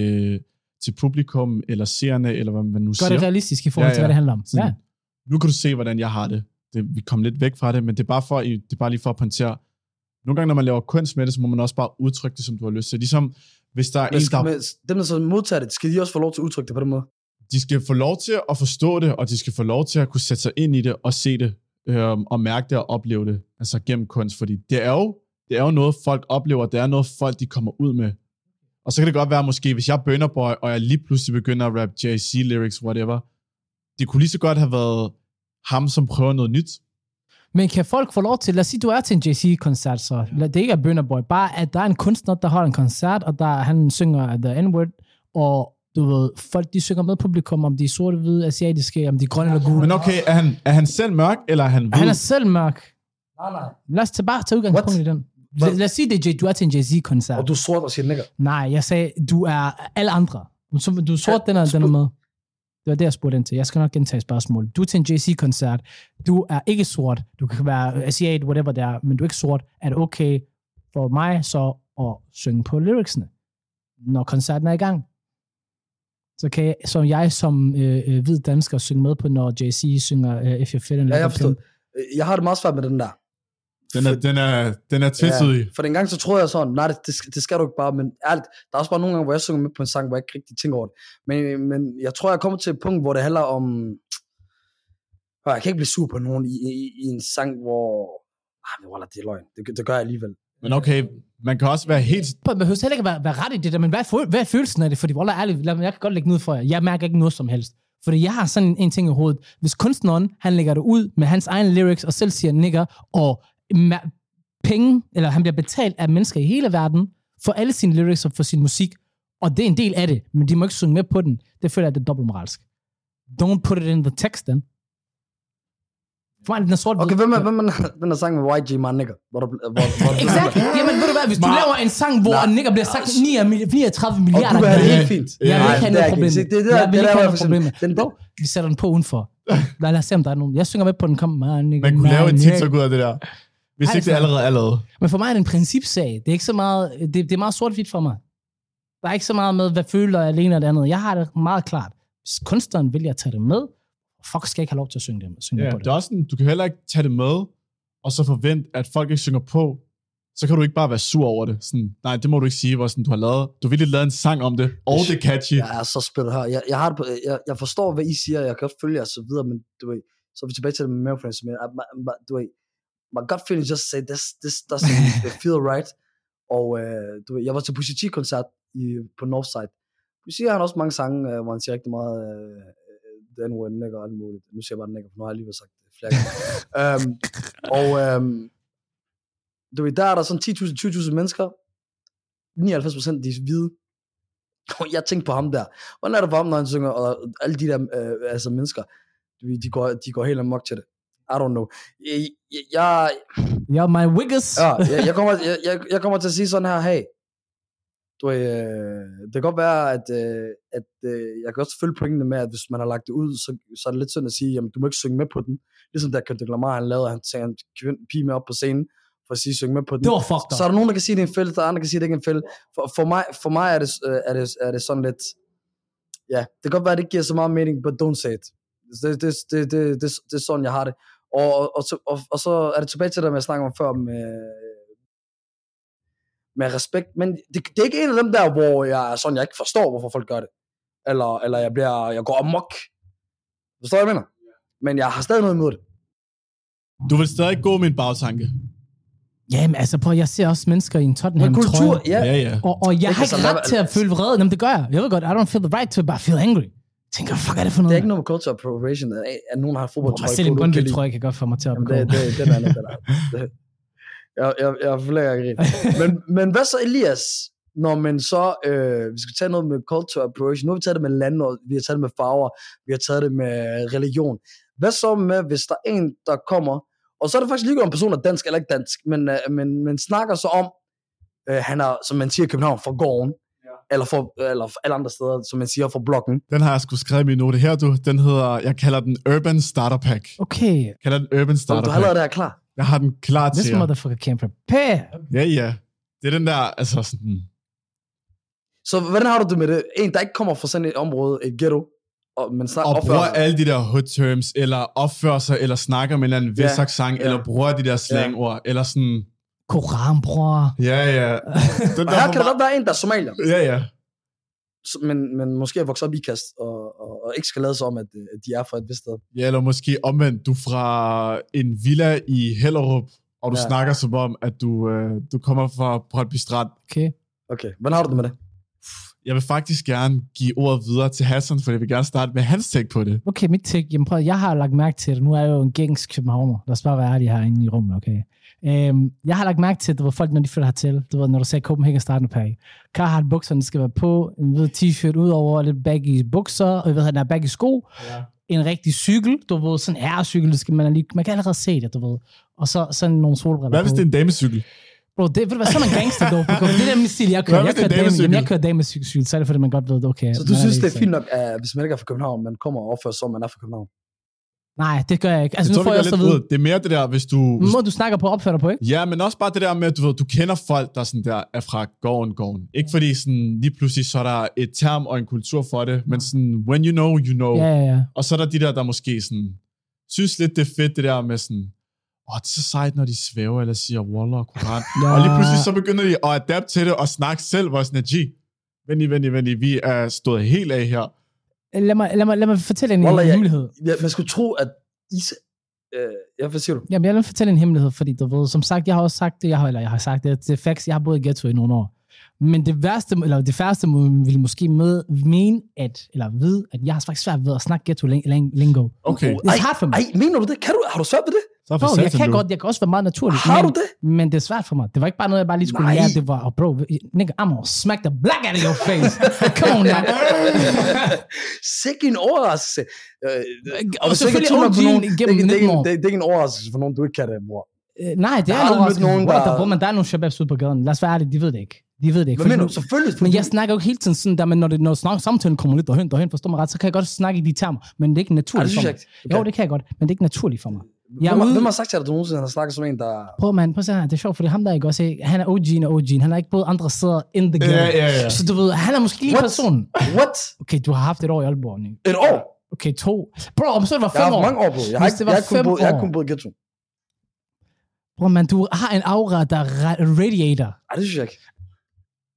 S3: til publikum, eller seerne, eller hvad man nu siger.
S2: Gør det realistisk i forhold til, hvad det handler om.
S3: Sådan, nu kan du se, hvordan jeg har det. Vi kom lidt væk fra det, men det er bare lige for at pointere. Nogle gange, når man laver kunst med det, så må man også bare udtrykke det, som du har lyst til. Ligesom, hvis der er
S1: dem, der så modtager det, skal de også få lov til at udtrykke det på den måde?
S3: De skal få lov til at forstå det, og de skal få lov til at kunne sætte sig ind i det, og se det, og mærke det, og opleve det, altså gennem kunst. Fordi det er jo noget, folk oplever, det er noget, folk de kommer ud med. Og så kan det godt være, måske, hvis jeg er Burna Boy, og jeg lige pludselig begynder at rappe Jay-Z lyrics, whatever, det kunne lige så godt have været ham, som prøver noget nyt.
S2: Men kan folk få lov til, lad os sige, du er til en Jay-Z-koncert, så det ikke er Burna Boy, bare at der er en kunstner, der holder en koncert, og han synger The N-word, og du ved, folk de synger med publikum, om de er sorte, hvide, asiatiske, om de er grønne eller gule.
S3: Men okay, er han selv mørk, eller er han hvid?
S2: Han er selv mørk.
S1: Nej.
S2: Lad os bare tage udgangspunkt i den. Lad os sige, du er til en Jay-Z-koncert.
S1: Og du er sort og siger nigger.
S2: Nej, jeg sagde, du er alle andre. Du er sort, den er med. Det var det, jeg spurgte ind til. Jeg skal nok gentage spørgsmål. Du er til en Jay-Z-koncert. Du er ikke sort. Du kan være asiat, whatever det er, men du er ikke sort. Er det okay for mig så at synge på lyricsene, når koncerten er i gang? Så jeg som hvid dansker synge med på, når Jay-Z synger If You're Feeling Like
S1: jeg forstår. Jeg har det meget svært med den der.
S3: Den er tvetydig.
S1: Ja, for den gang så troede jeg sådan, nej, det skal du ikke bare, men ærligt, der er også bare nogle gange, hvor jeg synger med på en sang, hvor jeg ikke rigtig tænker over det. Men jeg tror, jeg kommer til et punkt, hvor det handler om, jeg kan ikke blive sur på nogen i en sang, hvor, det er løgn, det gør jeg alligevel.
S3: Men okay, man kan også være helt...
S2: Man behøver heller ikke være ret i det der, men hvad er følelsen af det? Fordi, ærligt, jeg kan godt lægge noget for jer. Jeg mærker ikke noget som helst. Fordi jeg har sådan en ting i hovedet. Hvis kunstneren, han lægger det ud med hans egen lyrics, og selv siger nigger, og penge, eller han bliver betalt af mennesker i hele verden, for alle sine lyrics og for sin musik, og det er en del af det, men de må ikke synge med på den. Det føler jeg, det er dobbeltmoralsk. Don't put it in the text, then. For mig, den er sort.
S1: Okay, hvem er den der sang med YG, man nigger?
S2: Exakt. Jamen, ved du hvad, hvis du laver en sang, hvor nigger bliver sagt 39 milliarder.
S1: Og du vil have det helt fint.
S2: Jeg vil ikke have noget problem. Jeg vil ikke have noget problem.
S1: Bro,
S2: vi sætter den på udenfor. Lad os se, om der er nogen. Jeg synger med på den. Kom, man nigger.
S3: Man kunne lave en TikTok ud af det der. Hvis ikke det allerede er lavet. Men
S2: for mig er det en principsag. Det er ikke så meget, det er meget sort-hvidt for mig. Der er ikke så meget med, hvad føler jeg alene og det andet. Jeg har det meget klart. Hvis kunstneren vil jeg tage det med, fuck, skal jeg ikke have lov til at synge på det.
S3: Det er også sådan, du kan heller ikke tage det med, og så forvente, at folk ikke synger på. Så kan du ikke bare være sur over det. Sådan, nej, det må du ikke sige, hvor sådan, du har virkelig lavet en sang om det, og det er catchy.
S1: Jeg er så spillet her. Jeg forstår, hvad I siger, jeg kan også følge jer så videre, men du ved, så er vi tilbage til det med Mailfriends, men du ved, my gut feeling just say, this doesn't feel right. Og du ved, jeg var til Pusha T-koncert på Northside. Pusha har også mange sange, hvor han siger rigtig meget den ord, nigger og alt muligt. Nu siger jeg bare nigger, for nu har jeg lige sagt det flere gange. Du ved, der er der sådan 10.000, 20.000 mennesker. 99% de er hvide. Og jeg tænkte på ham der. Hvordan er det for ham, når han synger, og alle de der altså mennesker, de går helt amok til det. I don't know.
S2: Ja, my wiggers.
S1: Ja, jeg kommer til at sige sådan her, hey, du ved, det kan godt være, at jeg kan også følge pointene med, at hvis man har lagt det ud, så er det lidt synd at sige, jamen du må ikke synge med på den. Ligesom der Kendrick Lamar, han lavede, han tager en pige med op på scenen, for at sige, synge med på den.
S2: Det var fucked up.
S1: Så er der nogen, der kan sige, det er en fælde, der er andre, der kan sige, det ikke er en fælde. For mig er det sådan lidt, ja, det kan godt være, at det ikke giver så meget mening, but don't say it. Det er sådan, jeg har det. Og så er det tilbage til det, jeg snakker om før, med respekt, men det er ikke en af dem der, hvor jeg ikke forstår, hvorfor folk gør det, eller jeg går amok. Forstår jeg, mener? Men jeg har stadig noget imod det.
S3: Du vil stadig gå med en bagtanke.
S2: Jamen, altså prøv, jeg ser også mennesker i en Tottenham-trøje.
S3: Ja.
S2: Og jeg har ikke ret til at føle vrede. Jamen, det gør jeg. Jeg ved godt, I don't feel the right to bare feel angry. Jeg tænker, fuck er det for noget?
S1: Det er ikke noget med culture appropriation, at nogen har fodboldtrøje.
S2: Selv en Brøndby trøje kan godt få mig til at begå.
S1: Det er andet. Jeg føler ikke rigtig. Men hvad så, Elias, når man så, vi skal tage noget med culture appropriation, nu har vi taget det med lande, vi har taget det med farver, vi har taget det med religion. Hvad så med, hvis der er en, der kommer, og så er det faktisk lige om person er dansk eller ikke dansk, men snakker så om, han er, som man siger i København, fra gården, eller alle andre steder, som man siger, fra blokken.
S3: Den har jeg sgu skrevet i min note her, du. Den hedder, jeg kalder den Urban Starter Pack.
S2: Okay.
S3: Jeg kalder den Urban Starter Pack.
S1: Du har lavet det her klar.
S3: Jeg har den klar til
S2: This motherfucker can't prepare.
S3: Ja. Det er den der, altså sådan...
S1: Så hvordan har du det med det? En, der ikke kommer fra sådan et område, et ghetto, men
S3: og bruger alle de der hood terms, eller opfører sig, eller snakker med en eller anden vis accent, eller bruger de der slangord, eller sådan...
S2: Koran, bror.
S3: Ja.
S1: Den her kan der godt være en, der er somalier.
S3: Ja.
S1: Men måske er vokset op i Ikast, og ikke skal lade sig om, at de er fra et vist sted.
S3: Ja, eller måske omvendt, du er fra en villa i Hellerup, og du snakker som om, at du kommer fra Brøndby Strand.
S1: Okay, hvordan har du det med det?
S3: Jeg vil faktisk gerne give ordet videre til Hassan, for jeg vil gerne starte med hans take på det.
S2: Okay, mit take. Jamen prøv, jeg har lagt mærke til det. Nu er jeg jo en gængs københavner. Lad os bare være ærlige herinde i rummet, okay? Jeg har lagt mærke til, at det var folk, når de flytter hertil. Du ved, når du sagde Copenhagen Starter Pack. Carhartt bukserne skal være på, en hvid t-shirt ud over, lidt baggy bukser, og jeg ved, der er baggy sko. Ja. En rigtig cykel, du ved, sådan en herrecykel, man kan allerede se det, du ved. Og så sådan nogle solbriller.
S3: Hvad hvis det er en damecykel?
S2: Bro, det vil være sådan en gangster dog. Det der min stil, jeg kører damecykel, så er det fordi, man godt ved det, okay.
S1: Så du synes, det er fint nok, at hvis man ikke er fra København, man kommer og opfører sig, som man er fra København?
S2: Nej, det gør jeg ikke. Altså,
S3: nu får jeg også at vide. Det er mere det der, hvis du...
S2: Må du snakker på opfører dig på, ikke?
S3: Ja, men også bare det der med, at du kender folk, der sådan der er fra gården. Ikke fordi sådan, lige pludselig så er der et term og en kultur for det, men sådan, when you know, you know.
S2: Ja.
S3: Og så er der de der måske sådan, synes lidt, det er fedt, det der med sådan, det er så sejt, når de svæver eller siger Wallah og Koran. Og lige pludselig så begynder de at adapte til det og snakke selv, hvor sådan, venlig, vi er stået helt af her.
S2: Lad mig fortælle en hemmelighed.
S1: Man skulle tro, at hvad siger du?
S2: Jamen, jeg vil fortælle en hemmelighed, fordi du ved, som sagt, jeg har også sagt det, jeg har sagt det er facts, jeg har boet i ghetto i nogle år. Men det færreste vil måske mene, eller vide, at jeg har faktisk svært ved at snakke ghetto-lingo.
S3: Okay.
S2: Det er svært for mig.
S1: Mener du det? Har du svært ved det?
S2: Jeg kan også være meget naturlig.
S1: Har du det?
S2: Men det er svært for mig. Det var ikke bare noget, jeg bare lige skulle lære. Det var, bro, nigga, I'm gonna smack the black out of your face. Come on now.
S1: Sikke en overraskelse.
S2: Og selvfølgelig OG'en igennem 19 år.
S1: Det er ikke en overraskelse for nogen, du ikke kan det, bror.
S2: Nej, det er en overraskelse. Der er nogle shababs ude på gaden. Lad os være ærlige, de ved det ikke. Hvad
S1: mener du? Selvfølgelig.
S2: Men jeg snakker jo ikke hele tiden sådan der, men når samtalen kommer lidt derhen, forstår mig ret, så kan jeg godt snakke i de termer, men det er ikke naturligt for mig. Jo, det kan jeg godt, men det er ikke naturligt for mig.
S1: Hvem har sagt til dig, at du nogensinde har snakket som en, der...
S2: Prøv at se her, det er sjovt, fordi ham der ikke også, han er OG'en, han har ikke boet andre steder in the game.
S3: Ja.
S2: Så du ved, han er måske lige personen.
S1: What?
S2: Okay, du har haft et år i Aalborg.
S1: Et år?
S2: Okay, 2. Bro, om så det var 5 år.
S1: Jeg har haft mange år, bro. Jeg har kun boet i ghetto.
S2: Bro, man, du har en aura, der radiator.
S1: Det synes jeg ikke.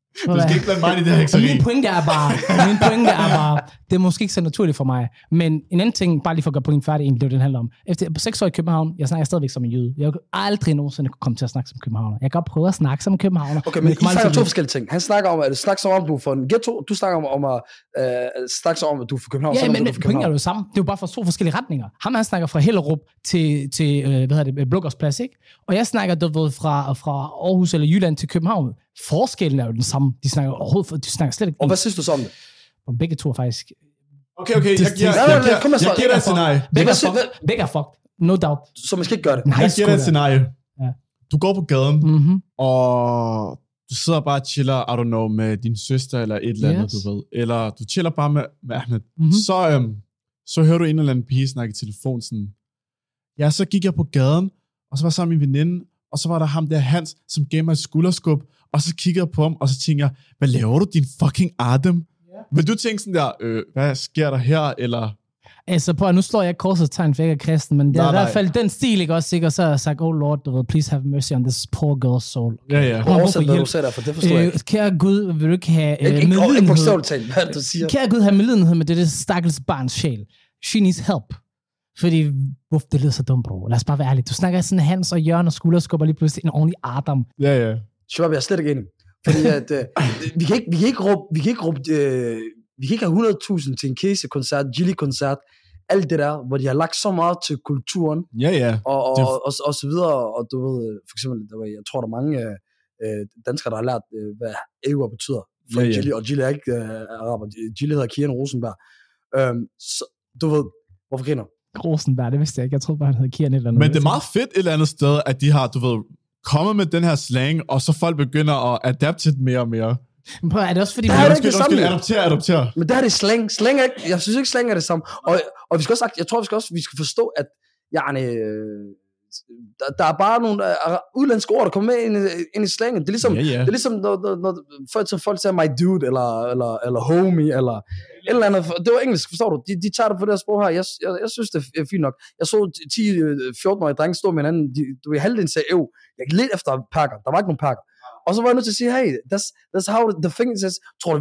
S3: Du skal ikke blande mig i det her hekseri.
S2: Min pointe er bare, det er måske ikke så naturligt for mig. Men en anden ting, bare lige for at gøre pointen færdig, egentlig, det er det, den handler om. Efter 6 år i København, jeg snakker stadigvæk som en jøde. Jeg kan aldrig nogensinde komme til at snakke som københavner. Jeg kan godt prøve at snakke som københavner.
S1: Okay, men I snakker om 2 forskellige ting. Han snakker om, at snakke som om, du er for en ghetto. Du snakker om at snakke som om, at du er for København.
S2: Ja, men pointen er jo det samme. Det er jo bare for 2 forskellige retninger. Han snakker fra Hellerup til Blågårdsplads, ikke? Og jeg snakker fra Aarhus eller Jylland til København. Forskellen er jo den samme. De snakker slet ikke.
S1: Og hvad synes du så om det?
S2: Og begge to faktisk.
S3: Okay, jeg giver dig et scenarie.
S2: Begge er fucked. No doubt.
S1: Så man skal ikke gøre det.
S3: Jeg giver dig et scenarie.
S2: Ja.
S3: Du går på gaden, og du sidder bare og chiller, I don't know, med din søster eller et eller andet, du ved. Eller du chiller bare med Ahmed. Så hører du en eller anden pige snakke i telefon sådan. Ja, så gik jeg på gaden, og så var sammen med min veninde, og så var der ham der Hans, som gav mig et skulderskub, og så kiggede jeg på ham, og så tænkte jeg, hvad laver du, din fucking Adam? Yeah. Vil du tænke sådan der, hvad sker der her, eller...
S2: Altså nu slår jeg korsets tegn, for jeg er kristen, men det er i hvert fald den stil, ikke også, sikkert, så har jeg sagt, oh Lord, du ved, please have mercy on this poor girl's soul.
S3: Ja.
S1: Oversæt, hvad du sagde der, for det forstår jeg ikke.
S2: Kære Gud, vil du ikke have medlidenhed? Kære Gud, have medlidenhed med det stakkels barns sjæl. She needs help. Fordi, det lyder så dumt, bro. Lad os bare være ærlige. Du snakker sådan Hans og Jørgen og skulderskubber lige pludselig en ordentlig Adam.
S3: Ja.
S1: Shabab, jeg er slet ikke enig. Fordi at, vi kan ikke have 100.000 til en Kese-koncert, Gilly-koncert, alt det der, hvor de har lagt så meget til kulturen, og så videre, og du ved, for eksempel, jeg tror, der er mange danskere, der har lært, hvad Ewa betyder for Gilly, og Gilly er ikke araber, Gilly hedder Kian Rosenberg. Så, du ved, hvorfor griner?
S2: Rosenberg, det vidste jeg ikke. Jeg troede bare, han hedder Kian eller noget.
S3: Men det er meget fedt et eller andet sted, at de har, du ved, kommet med den her slang, og så folk begynder at adapte mere og mere.
S2: Men prøv, er det også fordi...
S3: Adoptere.
S1: Men der er det slang. Slang er ikke, jeg synes ikke, slang er det samme. Og vi skal også, jeg tror, vi skal forstå, at der er bare nogle udlandske ord, der kommer med ind i slangen. Det er ligesom, det er ligesom når folk siger my dude, eller homie, eller et eller andet. Det var engelsk, forstår du? De tager det på det her sprog her. Jeg synes, det er fint nok. Jeg så 10-14-årige drenge stå med hinanden. Du ved, halvdelen sagde, jeg kan lidt efter pakker. Der var ikke nogen pakker. Og så var jeg nødt til at sige, hey, that's how the thing is. Tror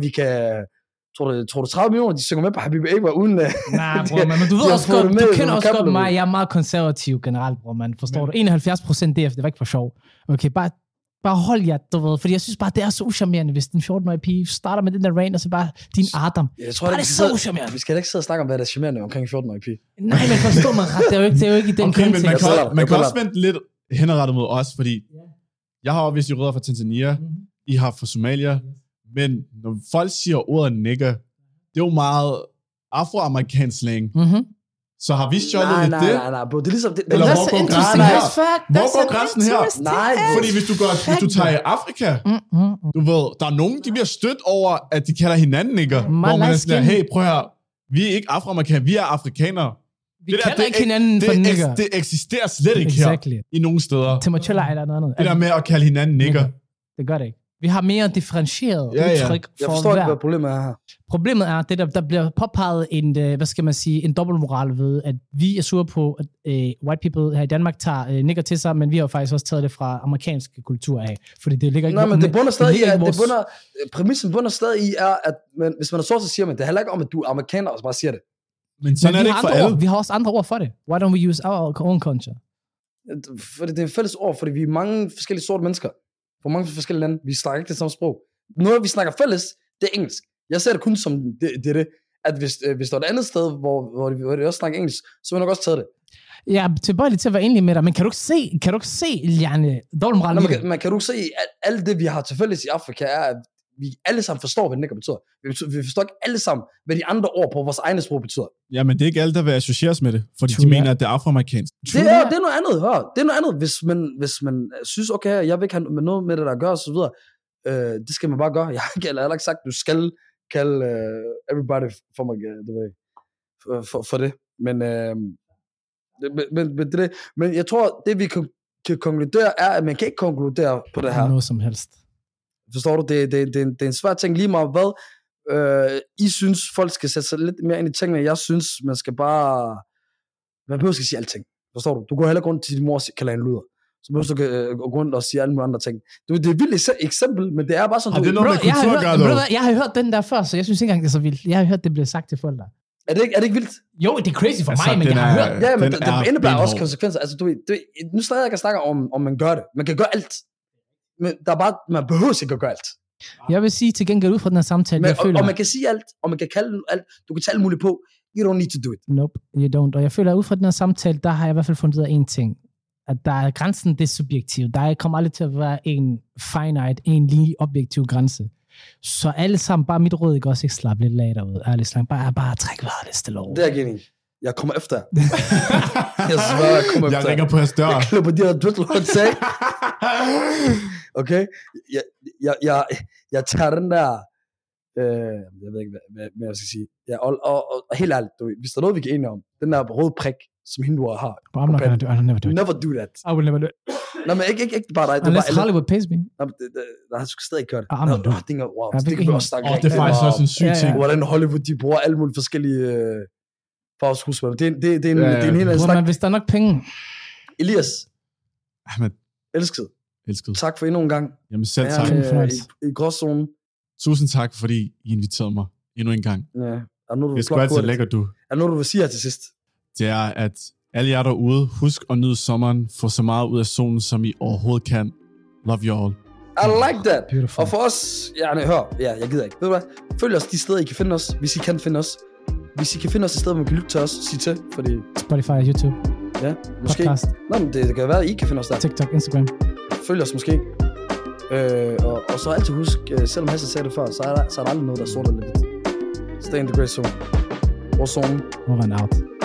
S1: du 30 millioner, de synger med på Habibi Ewa uden...
S2: Nej, bror, men du ved også godt, du kender også godt mig, jeg er meget konservativ generelt, bror, man. Forstår du? 71% DF, det var ikke for sjov. Okay, bare hold jer, du ved, fordi jeg synes bare, det er så uschammerende, hvis den 14-årige pige starter med den der rain, og så bare din Adam.
S1: Jeg tror, det er så uschammerende. Vi skal ikke sidde og snakke om, hvad der er charmerende omkring 14-årige pige.
S2: Nej, men forstå mig ret, det er jo ikke i den kontekst.
S3: Men man kan også vente lidt henrettet mod os, fordi jeg har obviously rødder fra Tanzania, I har fra Somalia, men når folk siger ordet nigger, det er jo meget afroamerikansk slang. Så har vi stjålet lidt det?
S1: Nej, bro. Det er ligesom...
S3: Eller hvor går grænsen her?
S1: Nej,
S3: fordi hvis du tager i Afrika, du ved, der er nogen, de bliver stødt over, at de kalder hinanden nigger. Hvor man er sådan, hey, prøv her, vi er ikke afroamerikanere, vi er afrikanere.
S2: Vi kalder ikke hinanden for nigger.
S3: Det eksisterer slet ikke her, i nogle steder.
S2: Timotella eller noget andet.
S3: Det der med at kalde hinanden nigger.
S2: Det gør det ikke. Vi har mere differentieret udtryk for
S1: jeg forstår ikke, hvad problemet er her.
S2: Problemet er, det der bliver påpeget en dobbeltmoral ved, at vi er sure på, at white people her i Danmark tager nigger til sig, men vi har jo faktisk også taget det fra amerikansk kultur af, fordi det ligger ikke...
S1: Nej, men det bunder stadig i, præmissen bunder stadig i, er, at hvis man er sort, så siger man, det handler ikke om, at du er amerikaner, og så bare siger det.
S3: Men sådan er det ikke for alle.
S2: Vi har også andre ord for det. Why don't we use our own culture?
S1: Fordi det er et fælles ord, fordi vi er mange forskellige sorte mennesker. Fra mange forskellige lande. Vi snakker ikke det samme sprog. Noget, vi snakker fælles, det er engelsk. Jeg ser det kun som det at hvis der er et andet sted, hvor de også snakker engelsk, så vil jeg nok også tage det.
S2: Jeg er tilbøjelig til at være enig med dig, men kan du ikke se, Janne, dobbeltmoral?
S1: Men kan du ikke se, at alt det, vi har til fælles i Afrika, er, at vi alle sammen forstår, hvad det betyder. Vi forstår ikke alle sammen, hvad de andre ord på vores egne sprog betyder.
S3: Ja, men det er ikke alle, der vil associeres med det, fordi de mener, at det er afroamerikansk.
S1: Det er noget andet, hør. Det er noget andet, hvis man synes, okay, jeg vil ikke have noget med det, der gør, og så videre. Det skal man bare gøre. Jeg har heller ikke sagt, du skal kalde everybody for mig, du ved, for det. Men jeg tror, det vi kan konkludere, er, at man kan ikke konkludere på det her.
S2: Noget som helst.
S1: Forstår du? Det er en svær ting lige meget hvad. I synes, folk skal sætte sig lidt mere ind i tingene. Jeg synes, man behøver ikke sige alting. Forstår du? Du går heller rundt til din mor og kalder hende luder. Så behøver du gå rundt og sige alle mulige andre ting. Det er et vildt eksempel, men det er bare sådan...
S3: Har det noget med kultur at gøre, dog?
S2: Jeg har hørt den der før, så jeg synes ikke engang, det er så vildt. Jeg har hørt, det bliver sagt til folk der.
S1: Er det ikke vildt?
S2: Jo, det er crazy for mig, men jeg har hørt...
S1: Ja, men det indebærer også konsekvenser. Altså, nu stadig jeg kan snakke om man gør det. Man kan gøre alt. Men der er bare, man behøver ikke at gøre alt.
S2: Jeg vil sige til gengæld ud fra den her samtale,
S1: men, og man kan sige alt, og man kan kalde alt. Du kan tage alt muligt på. You don't need to do it.
S2: Nope, you don't. Og jeg føler, at ud fra den her samtale, der har jeg i hvert fald fundet ud af en ting. At der er grænsen, det er subjektivt. Der kommer aldrig til at være en finite, en lige objektiv grænse. Så alle sammen, bare mit råd, ikke også ikke slappe lidt lag derude. Ærligt slang. Bare træk vejret lidt stille over.
S1: Det er jeg enig. Jeg kommer efter. jeg kommer efter.
S3: Jeg ringer på jeres dør.
S1: Jeg klipper de her dreadlocks af. Okay? Jeg tager den der... jeg ved ikke, hvad jeg skal sige. Ja, og helt ærligt, hvis der er noget, vi kan enige om, den der røde prik, som hinduer har.
S2: I'll never do it.
S1: Never do that.
S2: I will never do it.
S1: Nå, men ikke bare dig.
S2: Unless Hollywood pays me.
S1: Nej, du skal stadig gøre det. Wow, det kan vi også snakke
S3: det er faktisk også en syg ting.
S1: Hvordan Hollywood, de bruger alle mulige forskellige fagskuespillere. Det er en helt anden snak.
S2: Men hvis der er nok penge.
S1: Elias.
S3: Ahmed.
S1: Elsket. Tak for endnu en gang.
S3: Jamen selv tak.
S1: I gråzonen.
S3: Tusind tak, fordi I inviterede mig endnu en gang.
S1: Ja.
S3: Det er sgu altid lækkert, du.
S1: Er der noget, du vil sige her til sidst?
S3: Det er, at alle jer derude, husk at nyde sommeren, få så meget ud af solen, som I overhovedet kan. Love you all.
S1: I like that.
S2: Beautiful.
S1: Og for os, jeg gider ikke. Ved du hvad? Følg os de steder, I kan finde os, hvis I kan finde os. Hvis I kan finde os et sted, hvor man kan lytte til os, sig til, fordi...
S2: Spotify, YouTube.
S1: Ja, måske.
S2: Podcast.
S1: Nå, men det kan være, at I kan finde os der.
S2: TikTok, Instagram.
S1: Følg os måske. Og så altid husk, selvom Hasse sagde det før, så er der aldrig noget, der er sort eller lidt. Stay in the gray zone. Or zone.
S2: Over and out.